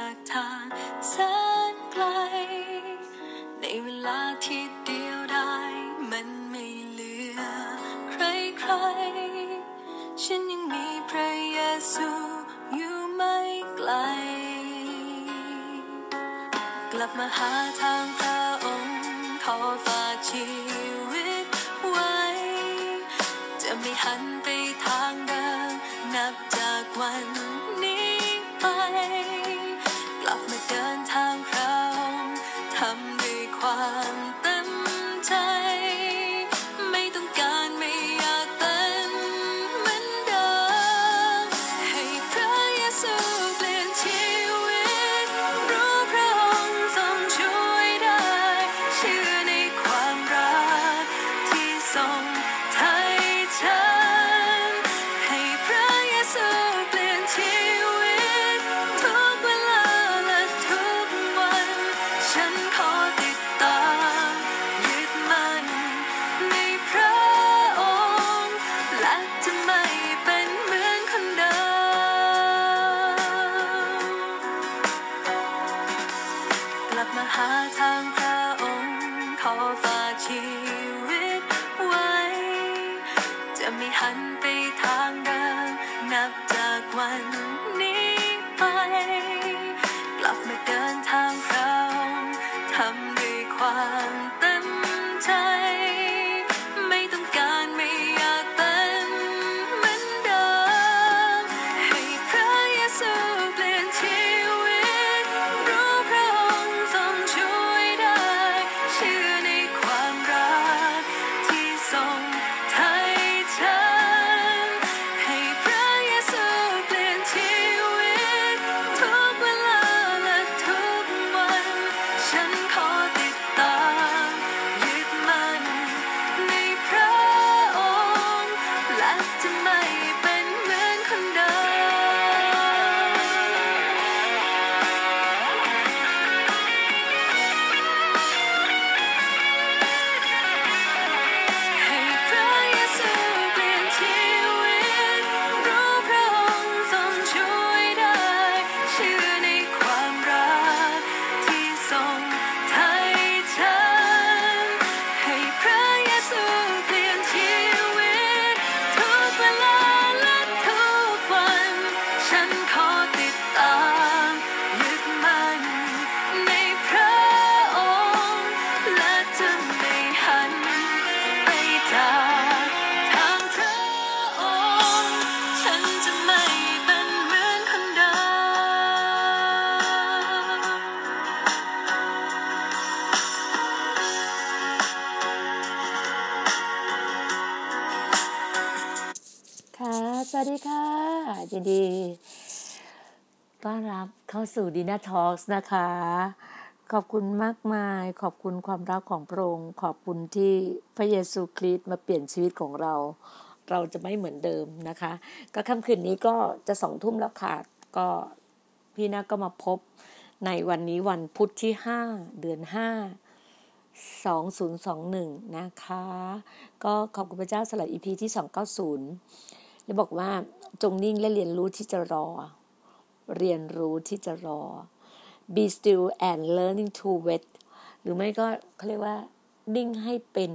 ากทางแสนไกลในเวลาที่เดียวดายมันไม่เหลือใครๆฉันยังมีพระเยซูอยู่ไม่ไกลกลับมาหาทางพระองค์ขอฝากชีวิตไว้จะไม่หันไปทางเดิมนับจากวันนี้ไปกลับมาเดินทางพระองค์ทำด้วยความเต็มใจไม่ต้องการไม่อยากเป็นเหมือนเดิมให้พระเยซูเปลี่ยนชีวิตรู้พระองค์ทรงช่วยได้เชื่อในความรักที่ทรงไถ่ฉันให้พระเยซูเปลี่ยนชีวิตทุกเวลาและทุกวันฉันขอติดตามยึดมั่นในพระองค์และจะไม่เป็นเหมือนคนเดิมกลับมาหาทางพระองค์ขอฝากชีวิตไว้จะไม่หันไปทางเดิมนับจากวันนี้ไปกลับมาเดินทางพระองค์ทำด้วยความเต็มใจไม่ต้องการไม่อยากเป็นเหมือนเดิมให้พระเยซูเปลี่ยนชีวิตรู้พระองค์ทรงช่วยได้เชื่อในความรักที่ทรงไถ่ฉันให้พระเยซูเปลี่ยนชีวิตทุกเวลาและทุกวันฉันขอติดตามยึดมั่นในพระองค์และจะไม่เป็นเหมือนคนเดิมให้พระเยซูเปลี่ยนชีวิตรู้พระองค์ทรงช่วยได้เชื่อในความรักที่ทรงไถ่ฉันให้พระเยซูเปลี่ยนชีวิตทุกเวลาและทุกวันฉันขอติดตามยึดมั่นในพระองค์และจะไม่หันไปจากทางพระองค์ฉันจะไม่เป็นเหมือนคนเดิมค่ะสวัสดีค่ะยินดีต้อนรับเข้าสู่ดีน่าทอล์กนะคะ ขอบคุณมากมายขอบคุณความรักของพระองค์ขอบคุณที่พระเยซูคริสต์มาเปลี่ยนชีวิตของเรา เราจะไม่เหมือนเดิมนะคะ ก็ค่ำคืนนี้ก็จะ20:00 นแล้วค่ะ ก็พี่นาก็มาพบในวันนี้วันพุธที่5เดือน5 2021นะคะก็ขอบคุณพระเจ้าสำหรับ EP ที่290และบอกว่าจงนิ่งและเรียนรู้ที่จะรอเรียนรู้ที่จะรอ be still and learning to wait หรือไม่ก็เขาเรียกว่านิ่งให้เป็น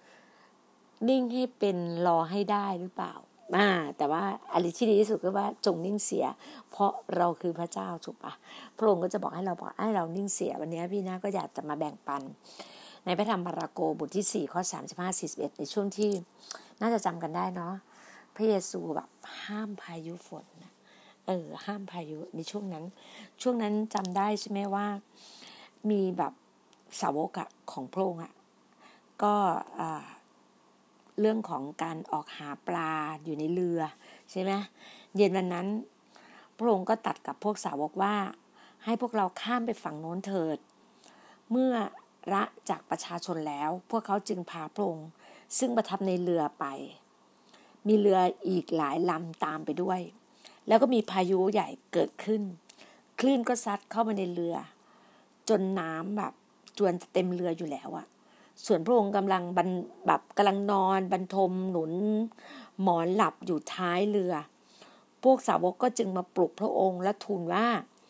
รอให้ได้หรือเปล่าแต่ว่าอะไรที่ดีที่สุดก็ว่าจงนิ่งเสียเพราะเราคือพระเจ้าถูกปะพระองค์ก็จะบอกให้เรานิ่งเสียวันนี้พี่นะก็อยากจะมาแบ่งปันในพระธรรมมาระโกบทที่4ข้อ35-41ในช่วงที่น่าจะจำกันได้เนาะพระเยซูแบบห้ามพายุฝนนะห้ามพายุในช่วงนั้นจำได้ใช่ไหมว่ามีแบบสาวกของพระองค์ก็เรื่องของการออกหาปลาอยู่ในเรือใช่ไหมเย็นวันนั้นพระองค์ก็ตรัสกับพวกสาวกว่าให้พวกเราข้ามไปฝั่งโน้นเถิดเมื่อละจากประชาชนแล้วพวกเขาจึงพาพระองค์ซึ่งประทับในเรือไปมีเรืออีกหลายลำตามไปด้วยแล้วก็มีพายุใหญ่เกิดขึ้นคลื่นก็ซัดเข้ามาในเรือจนน้ำแบบจวนจะเต็มเรืออยู่แล้วส่วนพระองค์กำลังนอนบรรทมหนุนหมอนหลับอยู่ท้ายเรือพวกสาวกก็จึงมาปลุกพระองค์และทูลว่า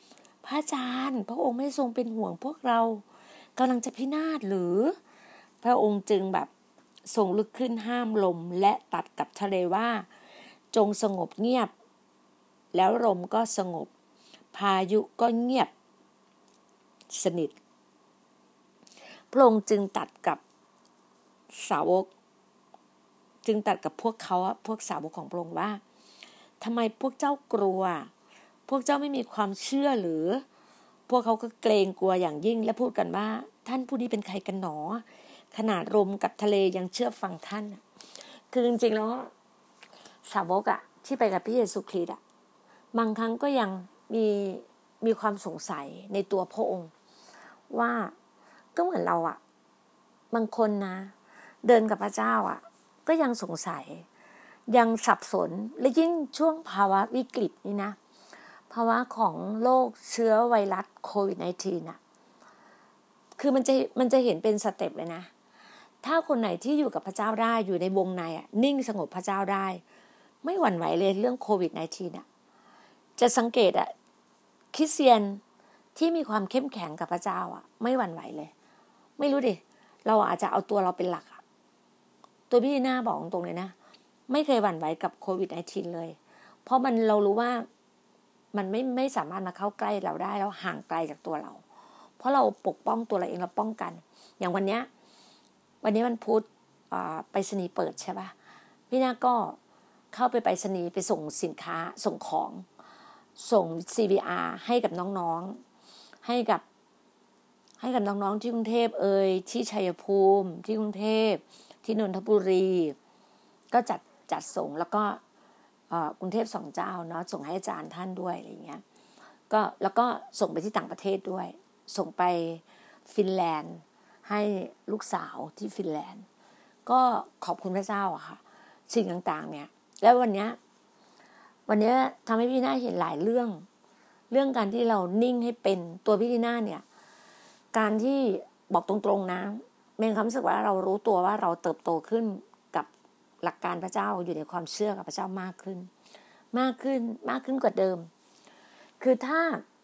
พระอาจารย์พระองค์ไม่ทรงเป็นห่วงพวกเรากำลังจะพินาศหรือพระองค์จึงแบบทรงลุกขึ้นห้ามลมและตัดกับทะเลว่าจงสงบเงียบแล้วลมก็สงบพายุก็เงียบสนิทพระองค์จึงตัดกับสาวกจึงตัดกับพวกเขาพวกสาวกของพระองค์ว่าทำไมพวกเจ้ากลัวพวกเจ้าไม่มีความเชื่อหรือพวกเขาก็เกรงกลัวอย่างยิ่งและพูดกันว่าท่านผู้นี้เป็นใครกันหนอขนาดลมกับทะเลยังเชื่อฟังท่านคือจริงๆแล้วสาวกที่ไปกับพระเยซูคริสต์บางครั้งก็ยังมีความสงสัยในตัวพระองค์ว่าก็เหมือนเราบางคนนะเดินกับพระเจ้าก็ยังสงสัยยังสับสนและยิ่งช่วงภาวะวิกฤตนี้นะภาวะของโรคเชื้อไวรัสโควิด -19 คือมันจะเห็นเป็นสเต็ปเลยนะถ้าคนไหนที่อยู่กับพระเจ้าได้อยู่ในวงในนิ่งสงบพระเจ้าได้ไม่หวั่นไหวเลยเรื่องโควิด -19 จะสังเกตคริสเตียนที่มีความเข้มแข็งกับพระเจ้าไม่หวั่นไหวเลยไม่รู้ดิเราอาจจะเอาตัวเราเป็นหลักตัวพี่หน้าบอกตรงเลยนะไม่เคยหวั่นไหวกับโควิด -19 เลยเพราะเรารู้ว่ามันไม่สามารถมาเข้าใกล้เราได้แล้วห่างไกลจากตัวเราเพราะเราปกป้องตัวเราเองเราป้องกันอย่างวันนี้วันพุธไปรษณีย์เปิดใช่ป่ะพี่หน้าก็เข้าไปรษณีย์ไปส่งสินค้าส่งของส่ง CVR ให้กับน้องๆให้กับน้องๆที่กรุงเทพที่ชัยภูมิที่กรุงเทพที่นนทบุรีก็จัดส่งแล้วก็กรุงเทพ2 เจ้าเนาะส่งให้อาจารย์ท่านด้วยอะไรอย่างเงี้ยก็แล้วก็ส่งไปที่ต่างประเทศด้วยส่งไปฟินแลนด์ให้ลูกสาวที่ฟินแลนด์ก็ขอบคุณพระเจ้าค่ะสิ่งต่างๆเนี่ยแล้ววันนี้ทำให้พี่หน้าเห็นหลายเรื่องการที่เรานิ่งให้เป็นตัวพี่หน้าเนี่ยการที่บอกตรงๆนะเป็นความรู้สึกว่าเรารู้ตัวว่าเราเติบโตขึ้นกับหลักการพระเจ้าอยู่ในความเชื่อกับพระเจ้ามากขึ้นกว่าเดิมคือถ้า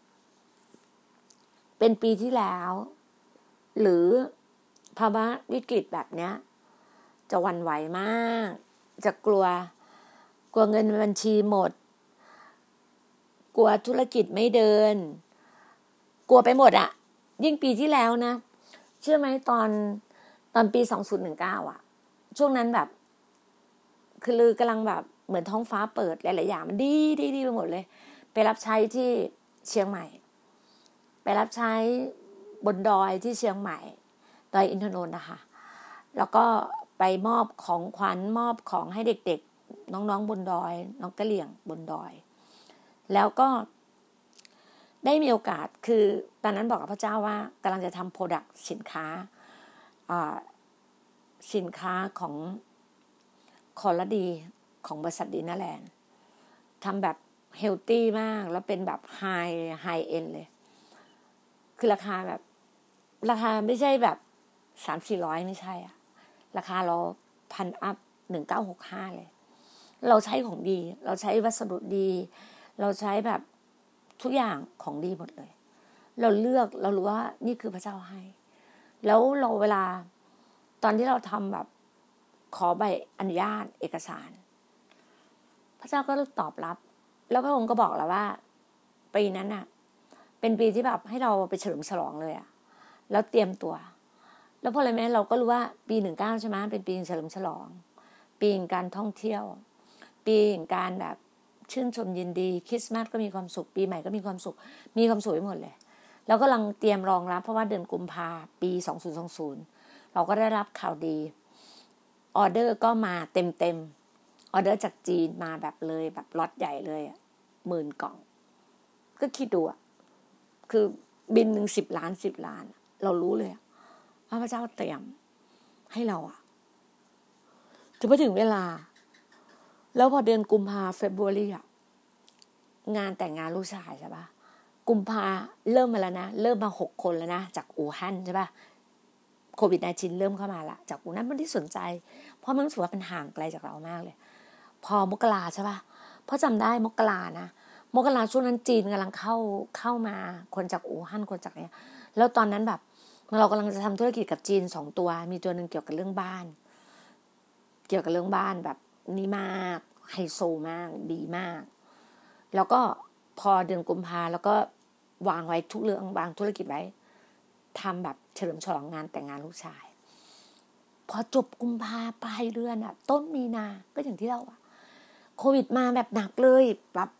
เป็นปีที่แล้วหรือภาวะวิกฤตแบบเนี้ยจะหวั่นไหวมากจะกลัวเงินในบัญชีหมดกลัวธุรกิจไม่เดินกลัวไปหมดยิ่งปีที่แล้วนะเชื่อไหมตอนปี2019ช่วงนั้นแบบคือลือกำลังแบบเหมือนท้องฟ้าเปิดหลายๆอย่างมันดีไปหมดเลยไปรับใช้ที่เชียงใหม่ไปรับใช้บนดอยที่เชียงใหม่ดอยอินทนนท์นะคะแล้วก็ไปมอบของขวัญมอบของให้เด็กๆน้องๆบนดอยน้องกะเหรี่ยงบนดอยแล้วก็ได้มีโอกาสคือตอนนั้นบอกกับพระเจ้าว่ากำลังจะทำโปรดักต์สินค้าของคอลลาดีของบริษัทดีน่าแลนด์ทำแบบเฮลตี้มากแล้วเป็นแบบไฮเอ็นเลยคือราคาไม่ใช่แบบ 300-400 ไม่ใช่ราคาเรา1,000 อัพ1965เลยเราใช้ของดีเราใช้วัสดุดีเราใช้แบบทุกอย่างของดีหมดเลยเราเลือกเรารู้ว่านี่คือพระเจ้าให้แล้วเราเวลาตอนที่เราทำแบบขอใบอนุญาตเอกสารพระเจ้าก็ตอบรับแล้วพระองค์ก็บอกเราว่าปีนั้นเป็นปีที่แบบให้เราไปเฉลิมฉลองเลยแล้วเตรียมตัวแล้วพออะไรไหมเราก็รู้ว่าปี19ใช่ไหมเป็นปีเฉลิมฉลองปีการท่องเที่ยวปีการแบบชื่นชมยินดีคริสต์มาสก็มีความสุขปีใหม่ก็มีความสุขไปหมดเลยแล้วก็กำลังเตรียมรองรับเพราะว่าเดือนกุมภาพันธ์ปี2020เราก็ได้รับข่าวดีออเดอร์ก็มาเต็มออเดอร์จากจีนมาแบบเลยแบบล็อตใหญ่เลย10,000 กล่องก็คิดดูคือบินนึง10 ล้านเรารู้เลยว่าพระเจ้าเตรียมให้เราถึงพอถึงเวลาแล้วพอเดือนกุมภาเฟบรุรีงานแต่งงานลูกชายใช่ปะกุมภาเริ่มมาแล้วนะเริ่มมา6 คนแล้วนะจากอู่ฮั่นใช่ปะโควิด-19 เริ่มเข้ามาละจากอู่นั้นไม่ได้สนใจเพราะมันรู้สึกว่าเป็นห่างไกลจากเรามากเลยพอมกราใช่ปะเพราะจำได้มกรานะมกราช่วงนั้นจีนกำลังเข้ามาคนจากอู่ฮั่นคนจากเนี่ยแล้วตอนนั้นแบบเรากำลังจะทำธุรกิจกับจีน2ตัวมีตัวนึงเกี่ยวกับเรื่องบ้านแบบนี้มากไฮโซมากดีมากแล้วก็พอเดือนกุมภาแล้วก็วางไว้ทุกเรื่องวางธุรกิจไว้ทำแบบเฉลิมฉลองงานแต่งงานลูกชายพอจบกุมภาปลายเดือนอ่ะต้นมีนาก็อย่างที่เราโควิดมาแบบหนักเลยแบบ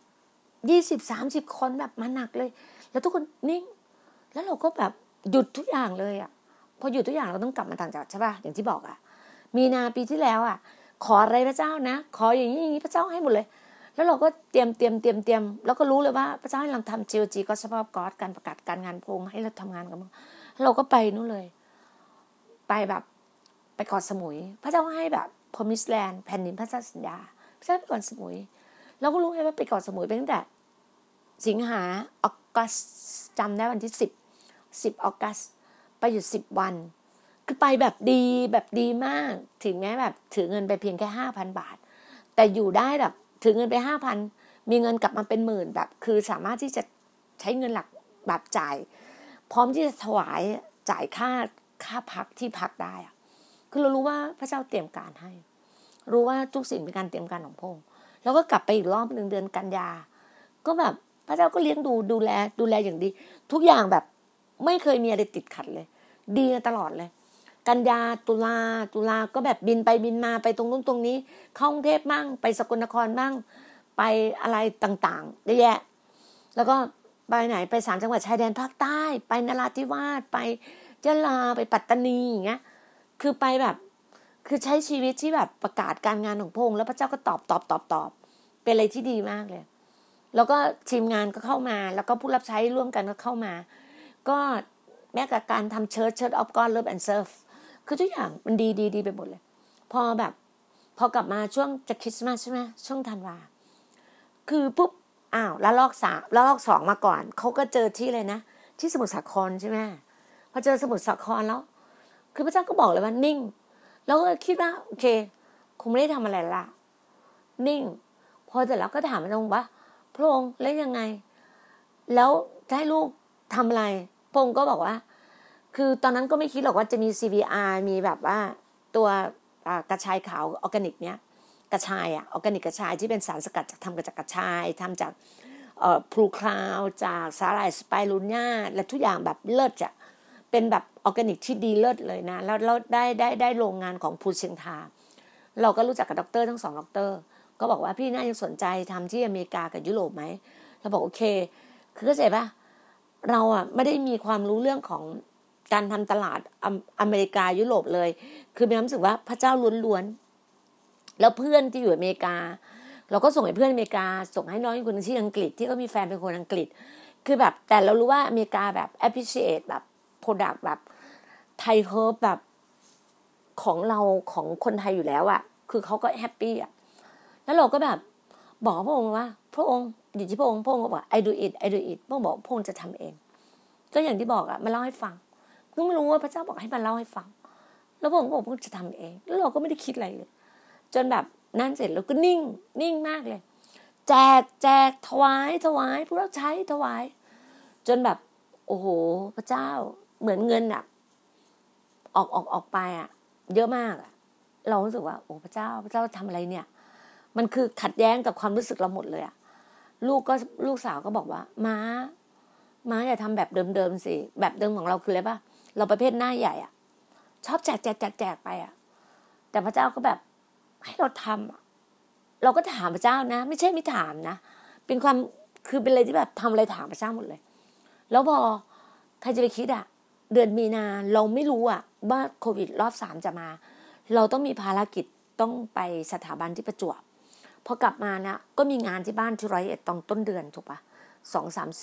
20-30 คนแบบมาหนักเลยแล้วทุกคนนิ่งแล้วเราก็แบบหยุดทุกอย่างเลยอ่ะพอหยุดทุกอย่างเราต้องกลับมาต่างจังหวัดใช่ป่ะอย่างที่บอกอ่ะมีนาปีที่แล้วอ่ะขออะไรพระเจ้านะขออย่างนี้พระเจ้าให้หมดเลยแล้วเราก็เตรียมแล้วก็รู้เลยว่าพระเจ้าให้เราทำ GOG Gospel of God การประกาศการงานพระองค์ให้เราทำงานกันเราก็ไปนู่นเลยไปแบบไปเกาะสมุยพระเจ้าให้แบบ Promised Land แผ่นดินพระสัญญาพระเจ้าไปเกาะสมุยเราก็รู้ไงว่าไปเกาะสมุยไปตั้งแต่สิงหาออกัสจำได้วันที่10ออกัสไปอยู่10 วันคือไปแบบดีมากถึงแม้แบบถือเงินไปเพียงแค่ 5,000 บาทแต่อยู่ได้แบบถือเงินไป 5,000 มีเงินกลับมาเป็นหมื่นแบบคือสามารถที่จะใช้เงินหลักแบบจ่ายพร้อมที่จะถวายจ่ายค่าพักที่พักได้อะคือเรารู้ว่าพระเจ้าเตรียมการให้รู้ว่าทุกสิ่งเป็นการเตรียมการของพระองค์แล้วก็กลับไปอีกรอบนึงเดือนกันยาก็แบบพระเจ้าก็เลี้ยงดูแลอย่างดีทุกอย่างแบบไม่เคยมีอะไรติดขัดเลยดีตลอดเลยกันยาตุลาก็แบบบินไปบินมาไปตรงนู้นตรงนี้เข้ากรุงเทพบ้างไปสกลนครบ้างไปอะไรต่างๆเยอะแยะแล้วก็ไปไหนไป3 จังหวัดชายแดนภาคใต้ไปนราธิวาสไปยะลาไปปัตตานีอย่างเงี้ยคือไปแบบคือใช้ชีวิตที่แบบประกาศการงานของพระองค์แล้วพระเจ้าก็ตอบเป็นอะไรที่ดีมากเลยแล้วก็ทีมงานก็เข้ามาแล้วก็ผู้รับใช้ร่วมกันก็เข้ามาก็แม้กับการทำChurch of God Love and Serveคือทุกอย่างมันดีไปหมดเลยพอกลับมาช่วงจะคริสต์มาสใช่ไหมช่วงธันวาคือปุ๊บแล้วลอก2มาก่อนเขาก็เจอที่เลยนะที่สมุทรสาครใช่ไหมพอเจอสมุทรสาครแล้วคือพระเจ้าก็บอกเลยว่านิ่งแล้วก็คิดว่าโอเคคงไม่ได้ทำอะไรละนิ่งพอเสร็จแล้วก็ถามพระองค์ว่าพระองค์แล้วยังไงแล้วจะให้ลูกทำอะไรพระองค์ก็บอกว่าคือตอนนั้นก็ไม่คิดหรอกว่าจะมี CVR มีแบบว่าตัวกระชายขาวออร์แกนิกเนี้ยกระชายออร์แกนิกกระชายที่เป็นสารสกัดทำจากกระชายทำจากพลูคราวจากสาหร่ายสไปรูเนียและทุกอย่างแบบเลิศเป็นแบบออร์แกนิกที่ดีเลิศเลยนะแล้วได้โรงงานของภูเชียงทาเราก็รู้จักกับด็อกเตอร์ทั้ง2ด็อกเตอร์ก็บอกว่าพี่น่าจะสนใจทำที่อเมริกากับยุโรปไหมเราบอกโอเคคือเข้าใจป่ะเราไม่ได้มีความรู้เรื่องของการทำตลาดอเมริกายุโรปเลยคือมีความรู้สึกว่าพระเจ้าล้วนๆแล้วเพื่อนที่อยู่อเมริกาเราก็ส่งให้เพื่อนอเมริกาส่งให้น้องคนนึงที่อังกฤษที่ก็มีแฟนเป็นคนอังกฤษคือแบบแต่เรารู้ว่าอเมริกาแบบ appreciate แบบ product แบบไทยเฮิร์บแบบของเราของคนไทยอยู่แล้วคือเขาก็แฮปปี้แล้วเราก็แบบบอกพระองค์ว่าพระองค์อยู่ที่พระองค์ก็บอก I do it พระองค์บอกพระองค์จะทำเองก็อย่างที่บอกมาเล่าให้ฟังก็ไม่รู้ว่าพระเจ้าบอกให้มาเล่าให้ฟังแล้วพระองค์บอกพระองค์จะทำเองแล้วเราก็ไม่ได้คิดอะไรเลยจนแบบนั่นเสร็จเราก็นิ่งมากเลยแจกถวายผู้รับใช้ถวายจนแบบโอ้โหพระเจ้าเหมือนเงินออกไปเยอะมากเรารู้สึกว่าโอ้พระเจ้าทำอะไรเนี่ยมันคือขัดแย้งกับความรู้สึกเราหมดเลยลูกสาวก็บอกว่าม้าอย่าทำแบบเดิมสิแบบเดิมของเราคืออะไรป่ะเราประเภทหน้าใหญ่ชอบแจกไปแต่พระเจ้าก็แบบให้เราทำเราก็ถามพระเจ้านะไม่ใช่ไม่ถามนะเป็นความคือเป็นอะไรที่แบบทำอะไรถามพระเจ้าหมดเลยแล้วพอใครจะไปคิดเดือนมีนาเราไม่รู้ว่าโควิดรอบ3จะมาเราต้องมีภารกิจต้องไปสถาบันที่ประจวบพอกลับมานะก็มีงานที่บ้านที่101ตอนต้นเดือนถูกปะ2 3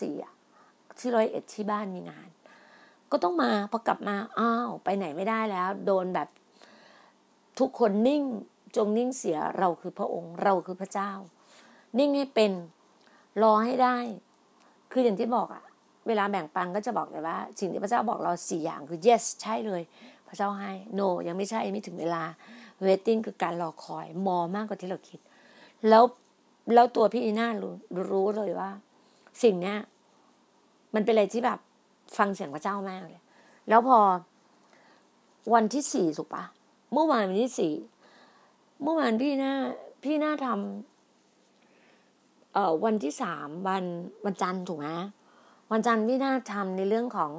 4ที่101ที่บ้านมีงานก็ต้องมาพอกลับมาไปไหนไม่ได้แล้วโดนแบบทุกคนนิ่งจงนิ่งเสียเราคือพระองค์เราคือพระเจ้านิ่งให้เป็นรอให้ได้คืออย่างที่บอกเวลาแบ่งปันก็จะบอกเลยว่าสิ่งที่พระเจ้าบอกเรา4อย่างคือ yes ใช่เลยพระเจ้าให้ no ยังไม่ใช่ไม่ถึงเวลา waiting คือการรอคอยมากกว่าที่เราคิดแล้วแล้วตัวพี่น่ารู้เลยว่าสิ่งเนี้ยมันเป็นอะไรที่แบบฟังเสียงพระเจ้ามากเลยแล้วพอวันที่ 4ถูกปะเมื่อวานวันที่ 4เมื่อวานพี่น่าทำวันที่ 3วันจันทร์ถูกไหมวันจันทร์พี่น่าทำในเรื่องของ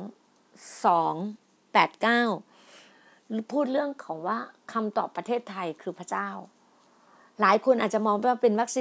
289พูดเรื่องของว่าคำตอบประเทศไทยคือพระเจ้าหลายคนอาจจะมองว่าเป็นวัคซีน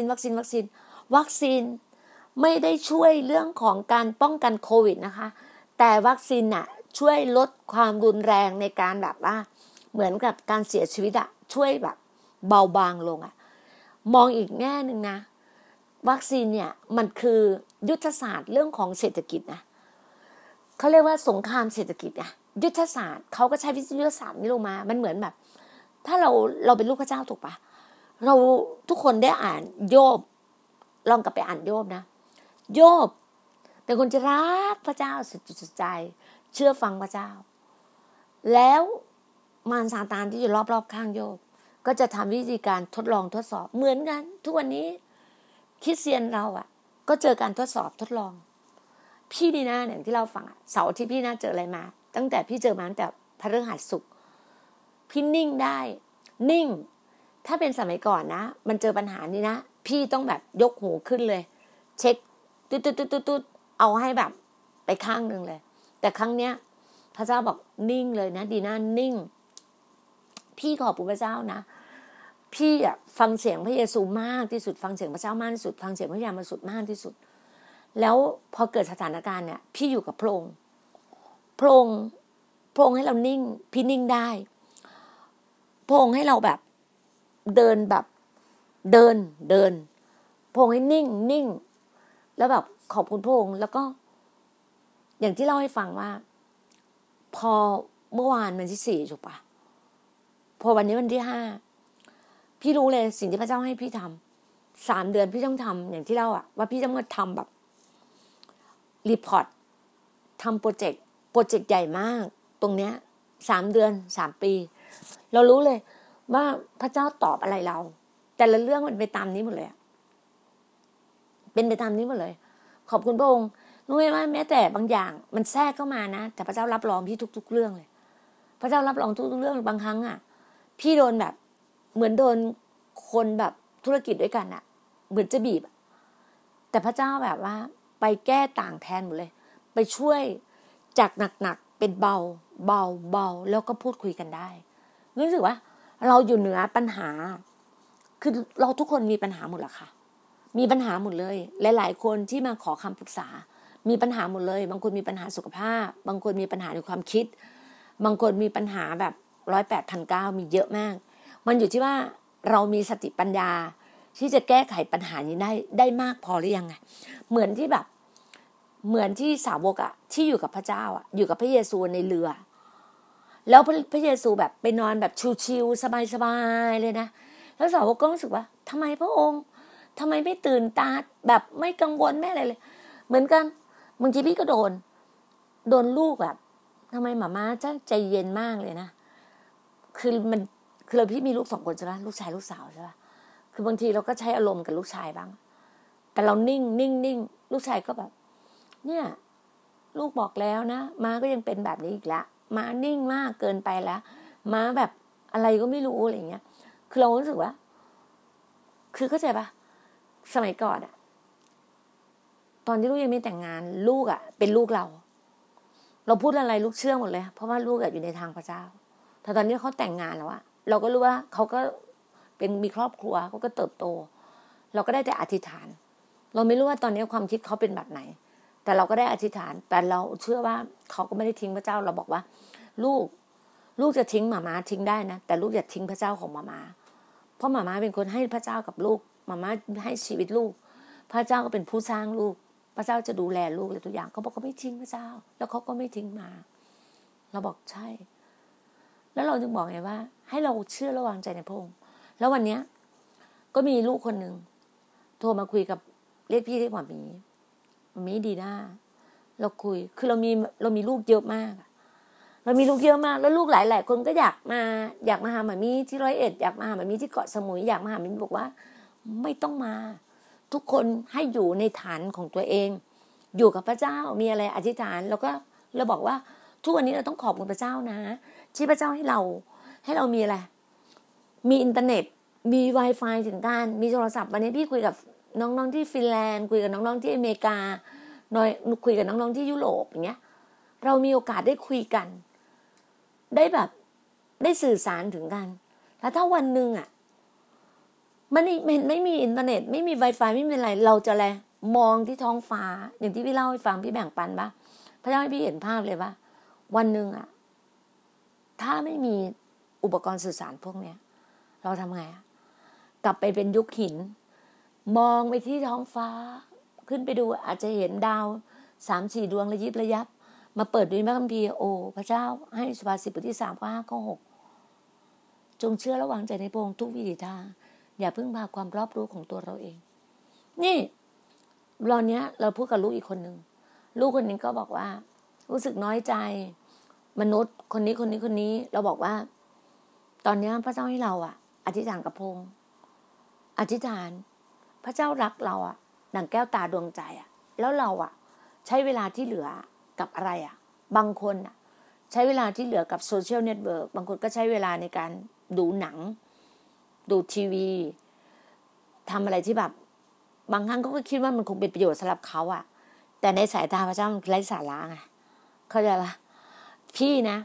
ไม่ได้ช่วยเรื่องของการป้องกันโควิดนะคะแต่วัคซีนน่ะช่วยลดความรุนแรงในการแบบว่าเหมือนกับการเสียชีวิตอะช่วยแบบเบาบางลงอะมองอีกแง่นึงนะวัคซีนเนี่ยมันคือยุทธศาสตร์เรื่องของเศรษฐกิจนะเขาเรียกว่าสงครามเศรษฐกิจอะยุทธศาสตร์เขาก็ใช้วิทยาศาสตร์นี้ลงมามันเหมือนแบบถ้าเราเป็นลูกพระเจ้าถูกปะเราทุกคนได้อ่านโยบลองกลับไปอ่านโยบนะโยบเป็นคนที่รักพระเจ้าสุดจิตสุดใจเชื่อฟังพระเจ้าแล้วมารซาตานที่อยู่รอบๆข้างโยบก็จะทำวิธีการทดสอบเหมือนกันทุกวันนี้คริสเตียนเราอะก็เจอการทดลองพี่ดีนะอย่างที่เราฟังเสาร์ที่พี่น่าเจออะไรมาตั้งแต่พี่เจอมาตั้งแต่พฤหัสศุกร์พี่นิ่งได้นิ่งถ้าเป็นสมัยก่อนนะมันเจอปัญหานี้นะพี่ต้องแบบยกหูขึ้นเลยเช็คตุ๊ดเอาให้แบบไปข้างนึงเลยแต่ครั้งเนี้ยพระเจ้าบอกนิ่งเลยนะดีน่านิ่งพี่ขอบคุณพระเจ้านะพี่อะฟังเสียงพระเยซูมากที่สุดฟังเสียงพระเจ้ามากที่สุดฟังเสียงพระยามสุดมากที่สุดแล้วพอเกิดสถานการณ์เนี่ยพี่อยู่กับพระองค์ให้เรานิ่งพี่นิ่งได้พระองค์ให้เราแบบเดินแบบเดินพระองค์ให้นิ่งแล้วแบบขอบคุณพระองค์แล้วก็อย่างที่เล่าให้ฟังว่าพอเมื่อวานวันที่4ถูกปะพอวันนี้วันที่5พี่รู้เลยสิ่งที่พระเจ้าให้พี่ทำ3 เดือนพี่ต้องทำอย่างที่เล่าอะว่าพี่ต้องมาทำแบบรีพอร์ตทำโปรเจกต์ใหญ่มากตรงเนี้ย3 เดือน3 ปีเรารู้เลยว่าพระเจ้าตอบอะไรเราแต่ละเรื่องมันไปตามนี้หมดเลยเป็นไปตามนี้หมดเลยขอบคุณพระองค์รู้ไหมว่าแม้แต่บางอย่างมันแทรกเข้ามานะแต่พระเจ้ารับรองพี่ทุกๆเรื่องเลยพระเจ้ารับรองทุกๆเรื่องบางครั้งอ่ะพี่โดนแบบเหมือนโดนคนแบบธุรกิจด้วยกันอ่ะเหมือนจะบีบแต่พระเจ้าแบบว่าไปแก้ต่างแทนหมดเลยไปช่วยจากหนักๆเป็นเบาแล้วก็พูดคุยกันได้รู้สึกว่าเราอยู่เหนือปัญหาคือเราทุกคนมีปัญหาหมดแหละค่ะมีปัญหาหมดเลยหลายๆคนที่มาขอคำปรึกษามีปัญหาหมดเลยบางคนมีปัญหาสุขภาพบางคนมีปัญหาในความคิดบางคนมีปัญหาแบบ108,900มีเยอะมากมันอยู่ที่ว่าเรามีสติปัญญาที่จะแก้ไขปัญหานี้ได้มากพอหรือยังไงเหมือนที่สาวกอะที่อยู่กับพระเจ้าอะอยู่กับพระเยซูในเรือแล้วพระเยซูแบบไปนอนแบบชิลๆสบายๆเลยนะแล้วสาวกก็รู้สึกว่าทำไมพระองค์ทำไมไม่ตื่นตาแบบไม่กังวลไม่อะไรเลยเหมือนกันบางทีพี่ก็โดนลูกแบบทำไมหม่าใจเย็นมากเลยนะคือเราพี่มีลูก2 คนใช่ไหมลูกชายลูกสาวใช่ไหมคือบางทีเราก็ใช้อารมณ์กับลูกชายบ้างแต่เรานิ่งลูกชายก็แบบเนี่ยลูกบอกแล้วนะม้าก็ยังเป็นแบบนี้อีกแล้วม้านิ่งมากเกินไปแล้วม้าแบบอะไรก็ไม่รู้อะไรอย่างเงี้ยคือเรารู้สึกว่าคือเข้าใจปะสมัยก่อนอะตอนที่ลูกยังไม่แต่งงานลูกอะเป็นลูกเราพูดอะไรลูกเชื่อหมดเลยเพราะว่าลูกอะอยู่ในทางพระเจ้าแต่ตอนนี้เขาแต่งงานแล้วอะเราก็รู้ว่าเขาก็เป็นมีครอบครัวเขาก็เติบโตเราก็ได้แต่อธิษฐานเราไม่รู้ว่าตอนนี้ความคิดเขาเป็นแบบไหนแต่เราก็ได้อธิษฐานแต่เราเชื่อว่าเขาก็ไม่ได้ทิ้งพระเจ้าเราบอกว่าลูกจะทิ้งหม่าทิ้งได้นะแต่ลูกอย่าทิ้งพระเจ้าของหม่าเพราะหม่าเป็นคนให้พระเจ้ากับลูกหม่าให้ชีวิตลูกพระเจ้าก็เป็นผู้สร้างลูกพระเจ้าจะดูแลลูกเลยทุกอย่างเขาบอกเขาไม่ทิ้งพระเจ้าแล้วเขาก็ไม่ทิ้งมาเราบอกใช่แล้วเราจึงบอกไงว่าให้เราเชื่อและวางใจในพระองค์แล้ววันนี้ก็มีลูกคนนึงโทรมาคุยกับเรียกพี่ที่หม่ามีดีน่าเราคุยคือเรามีลูกเยอะมากเรามีลูกเยอะมากแล้วลูกหลายคนก็อยากมาหาหม่ามีที่101อยากมาหาหม่ามีที่เกาะสมุยอยากมาหาหม่ามีบอกว่าไม่ต้องมาทุกคนให้อยู่ในฐานของตัวเองอยู่กับพระเจ้ามีอะไรอธิษฐานแล้วก็เราบอกว่าทุกวันนี้เราต้องขอบคุณพระเจ้านะที่พระเจ้าให้เรามีอะไรมีอินเทอร์เน็ตมี Wi-Fi ถึงกันมีโทรศัพท์วันนี้พี่คุยกับน้องๆที่ฟินแลนด์คุยกับน้องๆที่อเมริกาคุยกับน้องๆที่ยุโรปอย่างเงี้ยเรามีโอกาสได้คุยกันได้แบบได้สื่อสารถึงกันแล้วถ้าวันนึงอ่ะมันไม่มีอินเทอร์เน็ตไม่มี Wi-Fi ไม่มีอะไรเราจะอะไรมองที่ท้องฟ้าอย่างที่พี่เล่าให้ฟังพี่แบ่งปันป่ะพระเจ้าให้พี่เห็นภาพเลยว่าวันนึงอ่ะถ้าไม่มีอุปกรณ์สื่อสารพวกเนี้ยเราทำไงอ่ะกลับไปเป็นยุคหินมองไปที่ท้องฟ้าขึ้นไปดูอาจจะเห็นดาว 3-4 ดวงระยิบระยับมาเปิดดูพระคัมภีร์โอ้พระเจ้าให้สุภาษิตบทที่ 3 ข้อ 5 ข้อ 6จงเชื่อและวางใจในพระองค์ทุกวิถีทางอย่าพึ่งพาความรอบรู้ของตัวเราเองนี่ตอนนี้เราพูดกับลูกอีกคนนึงลูกคนนี้ก็บอกว่ารู้สึกน้อยใจมนุษย์คนนี้เราบอกว่าตอนนี้พระเจ้าให้เราอธิษฐานกับพระองค์อธิษฐานพระเจ้ารักเราดั่งแก้วตาดวงใจแล้วเราใช้เวลาที่เหลือกับอะไรบางคนใช้เวลาที่เหลือกับโซเชียลเน็ตเวิร์กบางคนก็ใช้เวลาในการดูหนังดูทีวีทำอะไรที่แบบบางครั้งเขาก็คิดว่ามันคงเป็นประโยชน์สำหรับเขาแต่ในสายตาพระเจ้ามันไร้สาระไงเข้าใจปะพี่นะ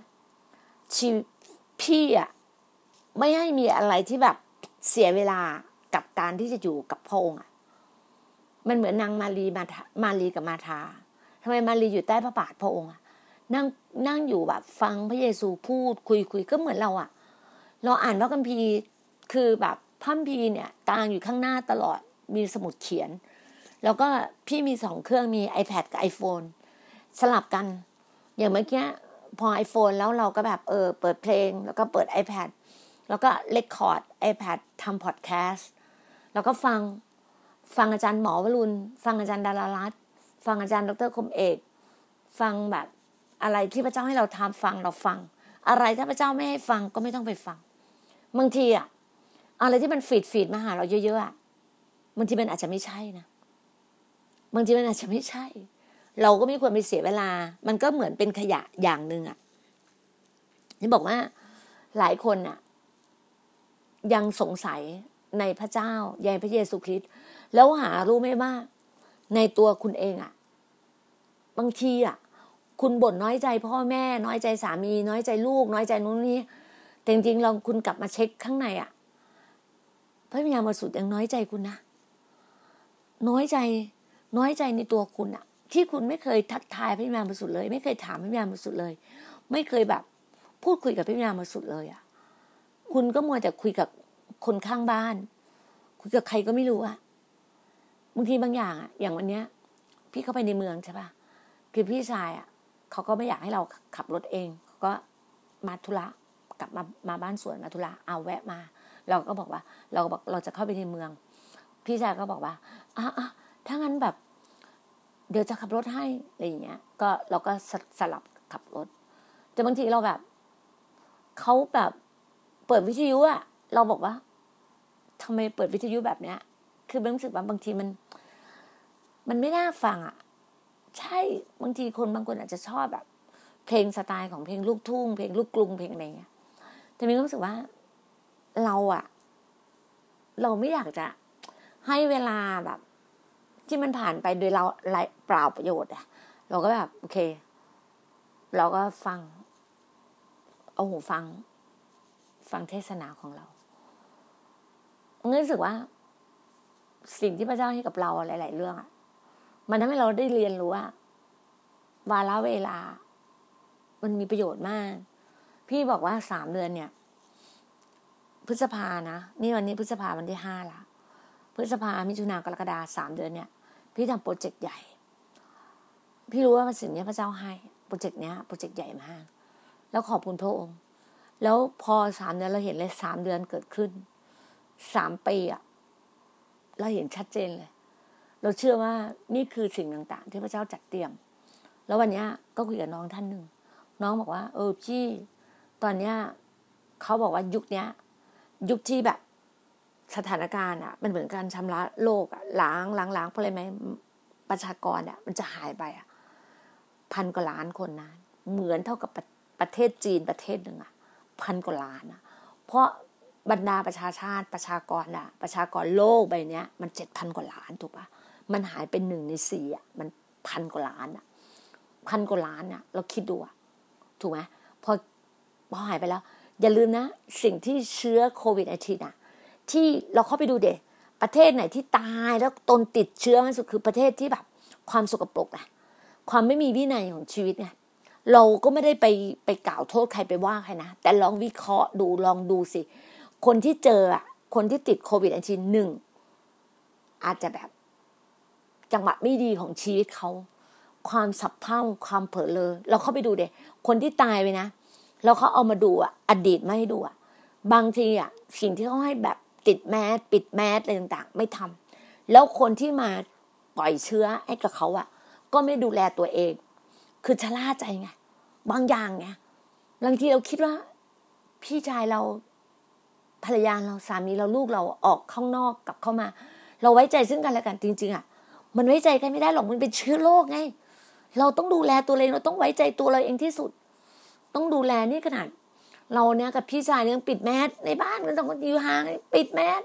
พี่ไม่ให้มีอะไรที่แบบเสียเวลากับการที่จะอยู่กับพระองค์มันเหมือนนางมารีกับมาธาทำไมมารีอยู่ใต้พระบาทพระองค์นั่งอยู่แบบฟังพระเยซูพูดคุยก็เหมือนเราเราอ่านพระคัมภีร์คือแบบพระคัมภีร์เนี่ยตางอยู่ข้างหน้าตลอดมีสมุดเขียนแล้วก็พี่มี2เครื่องมี iPad กับ iPhone สลับกันอย่างเมื่อกี้พอ iPhone แล้วเราก็แบบเปิดเพลงแล้วก็เปิด iPad แล้วก็เรคคอร์ด iPad ทำพอดแคสต์แล้วก็ฟังอาจารย์หมอวรุณฟังอาจารย์ดารารัตน์ฟังอาจารย์ดร.คมเอกฟังแบบอะไรที่พระเจ้าให้เราทำฟังเราฟังอะไรถ้าพระเจ้าไม่ให้ฟังก็ไม่ต้องไปฟังบางทีอะไรที่มันฟีดมาหาเราเยอะๆบางทีมันอาจจะไม่ใช่นะบางทีมันอาจจะไม่ใช่เราก็ไม่ควรไปเสียเวลามันก็เหมือนเป็นขยะอย่างนึงนี่บอกว่าหลายคนยังสงสัยในพระเจ้าในพระเยซูคริสต์แล้วหารู้ไหมว่าในตัวคุณเองบางทีคุณบ่นน้อยใจพ่อแม่น้อยใจสามีน้อยใจลูกน้อยใจนู้นนี่แต่จริงๆลองคุณกลับมาเช็คข้างในพระวิญญาณบริสุทธิ์ยังน้อยใจคุณนะน้อยใจในตัวคุณที่คุณไม่เคยทักทายพระวิญญาณบริสุทธิ์เลยไม่เคยถามพระวิญญาณบริสุทธิ์เลยไม่เคยแบบพูดคุยกับพระวิญญาณบริสุทธิ์เลยคุณก็มัวแต่คุยกับคนข้างบ้านคุยกับใครก็ไม่รู้บางทีบางอย่างอย่างวันเนี้ยพี่เข้าไปในเมืองใช่ป่ะคือพี่ชายเขาก็ไม่อยากให้เราขับรถเองเขาก็มาธุระกลับมาบ้านสวนมาธุระเอาแวะมาเราก็บอกว่าเราจะเข้าไปในเมืองพี่ชายก็บอกว่าถ้างั้นแบบเดี๋ยวจะขับรถให้อะไรอย่างเงี้ยก็เราก็สลับขับรถแต่บางทีเราแบบเขาแบบเปิดวิทยุเราบอกว่าทำไมเปิดวิทยุแบบเนี้ยคือรู้สึกว่าบางทีมันไม่น่าฟังใช่บางทีบางคนอาจจะชอบแบบเพลงสไตล์ของเพลงลูกทุ่งเพลงลูกกรุงเพลงอะไรเงี้ยแต่มีความรู้สึกว่าเราไม่อยากจะให้เวลาแบบที่มันผ่านไปโดยเราเปล่าประโยชน์เราก็แบบโอเคเราก็ฟังเอาหูฟังเทศนาของเรารู้สึกว่าสิ่งที่พระเจ้าให้กับเราหลายๆเรื่องมันทำให้เราได้เรียนรู้ว่าวาระเวลามันมีประโยชน์มากพี่บอกว่า3 เดือนเนี่ยพฤษภานะนี่วันนี้พฤษภาวันที่5ละพฤษภามิถุนากรกฎา3 เดือนเนี่ยพี่ทำโปรเจกต์ใหญ่พี่รู้ว่าสิ่งนี้พระเจ้าให้โปรเจกต์นี้โปรเจกต์ใหญ่มากแล้วขอบคุณพระองค์แล้วพอ3 เดือนเราเห็นเลย3 เดือนเกิดขึ้น3 ปีเราเห็นชัดเจนเลยเราเชื่อว่านี่คือสิ่งต่างๆที่พระเจ้าจัดเตรียมแล้ววันนี้ก็คุยกับน้องท่านหนึ่งน้องบอกว่าพี่ตอนนี้เขาบอกว่ายุคที่แบบสถานการณ์มันเหมือนการชำระโลกล้างเพราะอะไรไหมประชากรมันจะหายไป1,000 กว่าล้านคนนะเหมือนเท่ากับประเทศจีนประเทศหนึ่ง1,000 กว่าล้านเพราะบรรดาประชากรประชากรโลกใบนี้มัน 7,000 กว่าล้านถูกปะมันหายเป็น1 ใน 4มัน1,000 กว่าล้าน1,000 กว่าล้านเราคิดดูถูกไหมพอหายไปแล้วอย่าลืมนะสิ่งที่เชื้อโควิด-19ที่เราเข้าไปดูประเทศไหนที่ตายแล้วตนติดเชื้อมากสุดคือประเทศที่แบบความสกปรกความไม่มีวินัยของชีวิตไงเราก็ไม่ได้ไปกล่าวโทษใครไปว่าใครนะแต่ลองวิเคราะห์ดูลองดูสิคนที่เจอคนที่ติดโควิด-19 อาจจะแบบจังหวะไม่ดีของชีวิตเขาความสับเพร่าความเผลอเลอเราเข้าไปดูคนที่ตายไปนะแล้วเขาเอามาดูอดีตมาให้ดูบางทีสิ่งที่เขาให้แบบติดแมสปิดแมสอะไรต่างๆไม่ทำแล้วคนที่มาปล่อยเชื้อให้กับเขาก็ไม่ดูแลตัวเองคือชะล่าใจไงบางอย่างไงบางทีเราคิดว่าพี่ชายเราภรรยาเราสามีเราลูกเราออกข้างนอกกลับเข้ามาเราไว้ใจซึ่งกันและกันจริงๆมันไว้ใจกันไม่ได้หรอกมันเป็นเชื้อโรคไงเราต้องดูแลตัวเองเราต้องไว้ใจตัวเราเองที่สุดต้องดูแลนี่ขนาดเราเนี่ยกับพี่ชายยังปิดแมสในบ้านกันต้องอยู่ห่างปิดแมส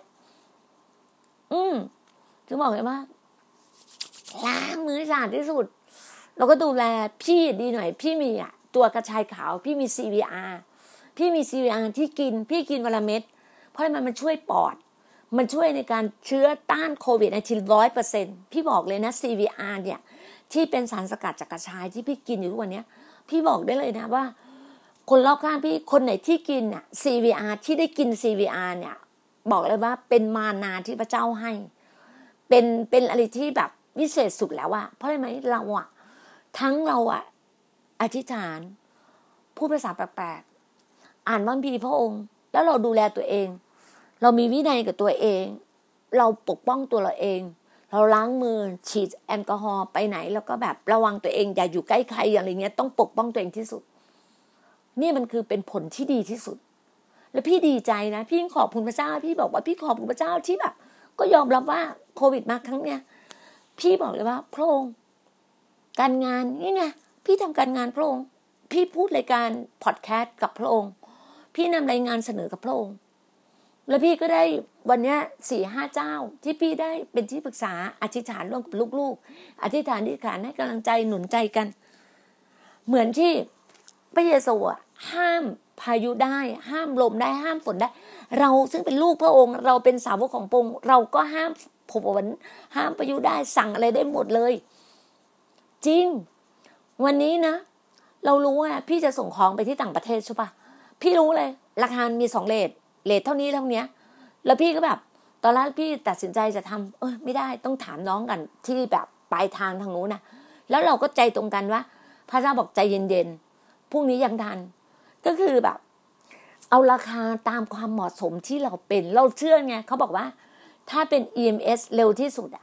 ถึงบอกเลยว่าล้างมือสะอาดที่สุดเราก็ดูแลพี่ดีหน่อยพี่มีตัวกระชายขาวพี่มี CVR ที่กินพี่กินวันละเม็ดเพราะมันช่วยปอดมันช่วยในการเชื้อต้านโควิด-19 100%พี่บอกเลยนะ CVR เนี่ยที่เป็นสารสกัดจากกระชายที่พี่กินอยู่ทุกวันนี้พี่บอกได้เลยนะว่าคนรอบข้างพี่คนไหนที่กินCVR ที่ได้กิน CVR เนี่ยบอกเลยว่าเป็นมานาที่พระเจ้าให้เป็นอะไรที่แบบวิเศษสุดแล้วเพราะอะไรไหมเราทั้งเราอธิษฐานพูดภาษาแปลกๆอ่านพระคัมภีร์พระองค์แล้วเราดูแลตัวเองเรามีวินัยกับตัวเองเราปกป้องตัวเราเองเราล้างมือฉีดแอลกอฮอล์ไปไหนแล้วก็แบบระวังตัวเองอย่าอยู่ใกล้ใครอะไรเงี้ยต้องปกป้องตัวเองที่สุดนี่มันคือเป็นผลที่ดีที่สุดแล้วพี่ดีใจนะพี่ขอบคุณพระเจ้าพี่บอกว่าพี่ขอบคุณพระเจ้าที่แบบก็ยอมรับว่าโควิดมาครั้งเนี้ยพี่บอกเลยว่าพระองค์การงานนี่ไงพี่ทำการงานพระองค์พี่พูดรายการพอดแคสต์กับพระองค์พี่นำรายงานเสนอกับพระองค์แล้วพี่ก็ได้วันนี้ 4-5 เจ้าที่พี่ได้เป็นที่ปรึกษาอธิษฐานร่วมกับลูกๆอธิษฐานให้กำลังใจหนุนใจกันเหมือนที่พระเยซูห้ามพายุได้ห้ามลมได้ห้ามฝนได้เราซึ่งเป็นลูกพระองค์เราเป็นสาวกของพระองค์เราก็ห้ามฝนห้ามพายุได้สั่งอะไรได้หมดเลยจริงวันนี้นะเรารู้ว่าพี่จะส่งของไปที่ต่างประเทศใช่ปะพี่รู้เลยราคามี2 เรทเท่านี้เท่านี้แล้วพี่ก็แบบตอนแรกพี่ตัดสินใจจะทำไม่ได้ต้องถามน้องกันที่แบบปลายทางทางนู้นนะแล้วเราก็ใจตรงกันว่าพระเจ้าบอกใจเย็นๆพรุ่งนี้ยังทันก็คือแบบเอาราคาตามความเหมาะสมที่เราเป็นเราเชื่อไงเขาบอกว่าถ้าเป็น EMS เร็วที่สุด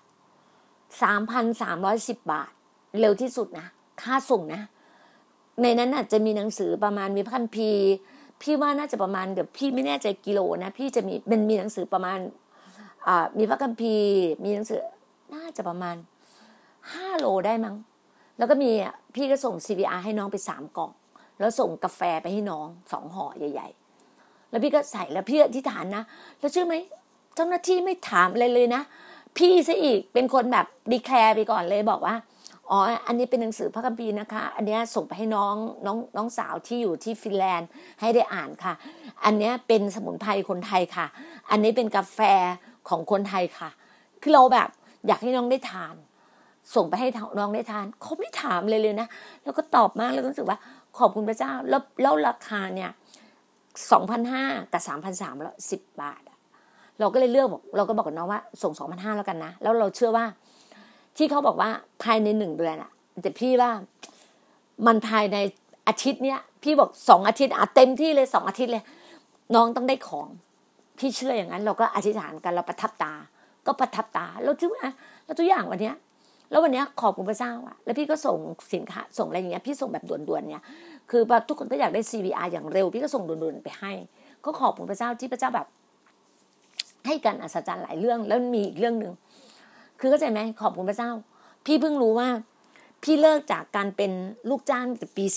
3,310 บาทเร็วที่สุดนะค่าส่งนะในนั้นจะมีหนังสือประมาณมีพระคัมภีร์พี่ว่าน่าจะประมาณเดี๋ยวพี่ไม่แน่ใจกิโลนะพี่จะมีหนังสือประมาณมีพระคัมภีร์มีหนังสือน่าจะประมาณ5 โลได้มั้งแล้วก็มีพี่ก็ส่ง CVR ให้น้องไป3 กล่องแล้วส่งกาแฟไปให้น้อง2 ห่อใหญ่ๆแล้วพี่ก็ใส่แล้วพี่อธิษฐานนะแล้วเชื่อไหมเจ้าหน้าที่ไม่ถามอะไรเลยนะพี่ซะอีกเป็นคนแบบดีแคร์ไปก่อนเลยบอกว่าอันนี้เป็นหนังสือพระคัมภีร์นะคะอันนี้ส่งไปให้น้องสาวที่อยู่ที่ฟินแลนด์ให้ได้อ่านค่ะอันนี้เป็นสมุนไพรคนไทยค่ะอันนี้เป็นกาแฟของคนไทยค่ะคือเราแบบอยากให้น้องได้ทานส่งไปให้น้องได้ทานเขาไม่ถามเลยนะแล้วก็ตอบมากแล้วรู้สึกว่าขอบคุณพระเจ้าแล้วราคาเนี่ย 2,500 กับ 3,310 บาทเราก็เลยเลือกเราก็บอกกับน้องว่าส่ง 2,500 แล้วกันนะแล้วเราเชื่อว่าที่เขาบอกว่าภายใน1 เดือนแต่พี่ว่ามันภายในอาทิตย์เนี้ยพี่บอก2 อาทิตย์เต็มที่เลย2 อาทิตย์เลยน้องต้องได้ของพี่เชื่ออย่างนั้นเราก็อธิษฐานกันเราประทับตาแล้วทุกอย่างวันเนี้ยแล้ววันเนี้ยขอบคุณพระเจ้าแล้วพี่ก็ส่งสินค้าส่งอะไรอย่างเงี้ยพี่ส่งแบบด่วนๆเนี่ยคือทุกคนก็อยากได้ CVR อย่างเร็วพี่ก็ส่งด่วนๆไปให้ก็ขอบคุณพระเจ้าที่พระเจ้าแบบให้กันอัศจรรย์หลายเรื่องแล้วมีอีกเรื่องนึงคือเข้าใจไหมขอบคุณพระเจ้าพี่เพิ่งรู้ว่าพี่เลิกจากการเป็นลูกจ้างตั้งปี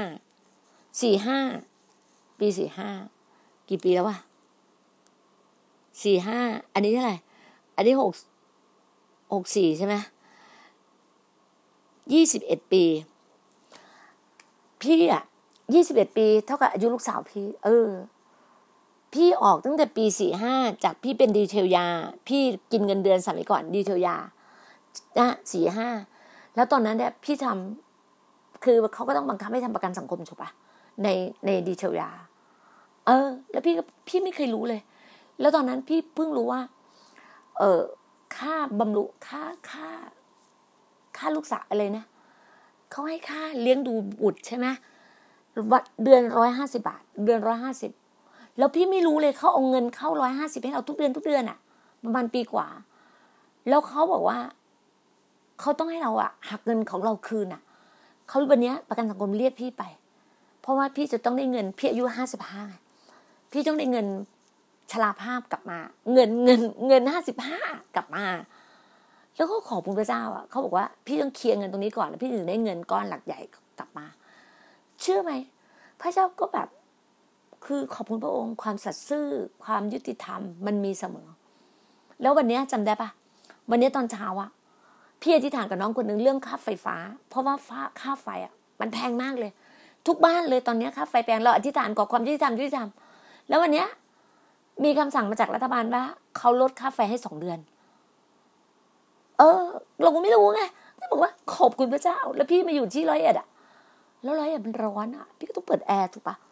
45ปี45กี่ปีแล้ววะ45อันนี้เท่าไหร่อันนี้64ใช่ไหม21ปีพี่อ่ะ21ปีเท่ากับอายุลูกสาวพี่พี่ออกตั้งแต่ปี45จากพี่เป็นดีเทลยาพี่กินเงินเดือนสมัยก่อนดีเทลยานะ45แล้วตอนนั้นเนี่ยพี่ทำคือเขาก็ต้องบังคับให้ทำประกันสังคมถูกปะในดีเทลยาแล้วพี่ไม่เคยรู้เลยแล้วตอนนั้นพี่เพิ่งรู้ว่าค่าบำรุงค่าลูกสาวอะไรนะเขาให้ค่าเลี้ยงดูบุตรใช่ไหมเดือน150 บาทเดือน150แล้วพี่ไม่รู้เลยเขาเอาเงินเข้า150ให้เราทุกเดือนอ่ะประมาณปีกว่าแล้วเขาบอกว่าเขาต้องให้เราหักเงินของเราคืนเขาวันนี้ประกันสังคมเรียกพี่ไปเพราะว่าพี่จะต้องได้เงินพี่อายุ55พี่ต้องได้เงินชราภาพกลับมาเงิน55กลับมาแล้วก็ขอบคุณพระเจ้าเขาบอกว่าพี่ต้องเคลียร์เงินตรงนี้ก่อนแล้วพี่ถึงได้เงินก้อนหลักใหญ่กลับมาเชื่อไหมพระเจ้าก็แบบคือขอบคุณพระองค์ความสัตย์ซื่อความยุติธรรมมันมีเสมอแล้ววันนี้จำได้ปะวันนี้ตอนเช้าพี่อธิษฐานกับน้องคนนึงเรื่องค่าไฟฟ้าเพราะว่าค่าไฟมันแพงมากเลยทุกบ้านเลยตอนนี้ค่าไฟแพงเราอธิษฐานขอความยุติธรรมแล้ววันนี้มีคำสั่งมาจากรัฐบาลว่าเขาลดค่าไฟให้2 เดือนเราก็ไม่รู้ไงแต่บอกว่าขอบคุณพระเจ้าแล้วพี่มาอยู่ที่100 เอ็ดแล้ว100 เอ็ดมันร้อนพี่ก็ต้องเปิดแอร์ถูกปะ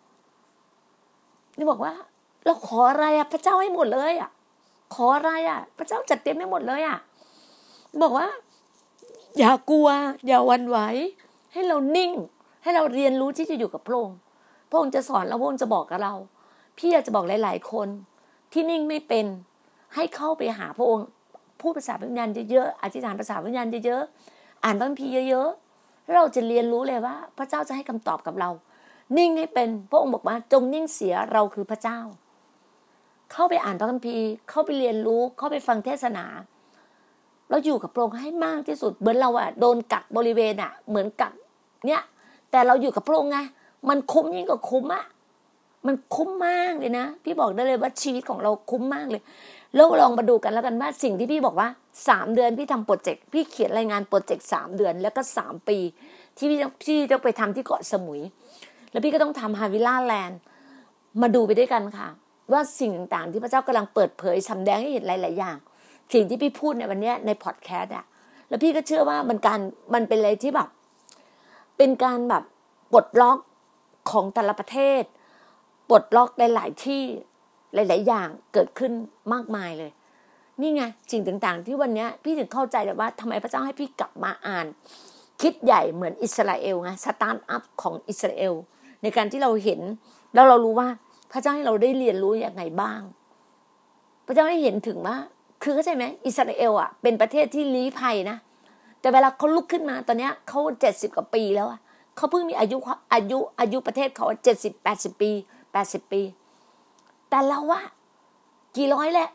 นี่บอกว่าเราขออะไรพระเจ้าให้หมดเลยขออะไรพระเจ้าจัดเต็มให้หมดเลยบอกว่าอย่ากลัวอย่าหวั่นไหวให้เรานิ่งให้เราเรียนรู้ที่จะอยู่กับพระองค์พระองค์จะสอนแล้วพระองค์จะบอกกับเราพี่อยากจะบอกหลายๆคนที่นิ่งไม่เป็นให้เข้าไปหาพระองค์พูดภาษาวิญญาณเยอะๆอธิษฐานภาษาวิญญาณเยอะๆอ่านพระคัมภีร์เยอะๆแล้วเราจะเรียนรู้เลยว่าพระเจ้าจะให้คำตอบกับเรานิ่งให้เป็นพระองค์บอกว่าจงนิ่งเสียเราคือพระเจ้าเข้าไปอ่านพระคัมภีร์เข้าไปเรียนรู้เข้าไปฟังเทศนาเราอยู่กับพระองค์ให้มากที่สุดเหมือนเราโดนกักบริเวณเหมือนกักเนี่ยแต่เราอยู่กับพระองค์ไงมันคุ้มยิ่งกว่าคุ้มมันคุ้มมากเลยนะพี่บอกได้เลยว่าชีวิตของเราคุ้มมากเลยแล้วลองมาดูกันแล้วกันว่าสิ่งที่พี่บอกว่า3 เดือนพี่ทำโปรเจกต์พี่เขียนรายงานโปรเจกต์3 เดือนแล้วก็3 ปีที่พี่ต้องไปทำที่เกาะสมุยแล้วพี่ก็ต้องทำฮาวิล่าแลนด์มาดูไปด้วยกันค่ะว่าสิ่งต่างๆที่พระเจ้ากำลังเปิดเผยสำแดงให้เห็นหลายๆอย่างสิ่งที่พี่พูดในวันนี้ในพอดแคสต์แล้วพี่ก็เชื่อว่ามันเป็นอะไรที่แบบเป็นการแบบปลดล็อกของแต่ละประเทศปลดล็อกหลายๆที่หลายๆอย่างเกิดขึ้นมากมายเลยนี่ไงสิ่งต่างๆที่วันนี้พี่ถึงเข้าใจเลยว่าทำไมพระเจ้าให้พี่กลับมาอ่านคิดใหญ่เหมือนอิสราเอลไงสตาร์ทอัพของอิสราเอลในการที่เราเห็นแล้วเรารู้ว่าพระเจ้าให้เราได้เรียนรู้อย่างไรบ้างพระเจ้าให้เห็นถึงว่าคือเข้าใจไหมอิสราเอลเป็นประเทศที่ลี้ภัยนะแต่เวลาเขาลุกขึ้นมาตอนนี้เขา70 กว่าปีแล้วเขาเพิ่งมีอายุประเทศเขา70-80 ปี80 ปีแต่เรากี่ร้อยแหละ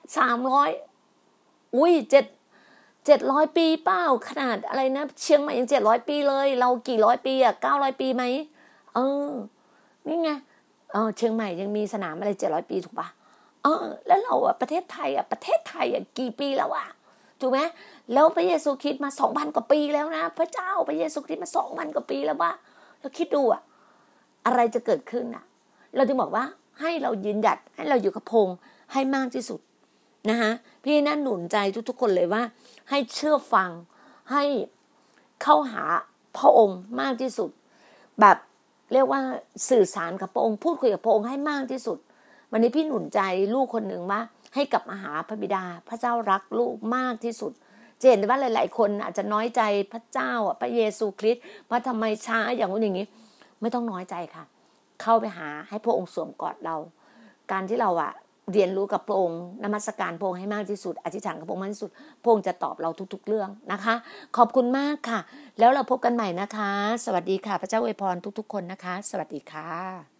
300700 ปีเปล่าขนาดอะไรนะเชียงใหม่ยัง700 ปีเลยเรากี่ร้อยปี900 ปีไหมนี่ไงเชียงใหม่ยังมีสนามอะไร700 ปีถูกปะแล้วเราประเทศไทยกี่ปีแล้วถูกไหมแล้วพระเยซูคริสต์มา 2,000 กว่าปีแล้วนะพระเจ้าพระเยซูคริสต์มา 2,000 กว่าปีแล้วแล้วคิดดูอะไรจะเกิดขึ้นเราจึงบอกว่าให้เรายืนหยัดให้เราอยู่กับพระองค์ให้มากที่สุดนะคะพี่นั่นหนุนใจทุกๆคนเลยว่าให้เชื่อฟังให้เข้าหาพระองค์มากที่สุดแบบเรียกว่าสื่อสารกับพระองค์พูดคุยกับพระองค์ให้มากที่สุดวันนี้พี่หนุนใจลูกคนหนึ่งว่าให้กลับมาหาพระบิดาพระเจ้ารักลูกมากที่สุดเห็นว่าหลายๆคนอาจจะน้อยใจพระเจ้าพระเยซูคริสต์ว่าทำไมช้าอย่างนู้นอย่างนี้ไม่ต้องน้อยใจค่ะเข้าไปหาให้พระองค์สวมกอดเราการที่เราเรียนรู้กับพระองค์นมัสการพระองค์ให้มากที่สุดอธิษฐานกับพระองค์มากที่สุดพระองค์จะตอบเราทุกๆเรื่องนะคะขอบคุณมากค่ะแล้วเราพบกันใหม่นะคะสวัสดีค่ะพระเจ้าอวยพรทุกๆคนนะคะสวัสดีค่ะ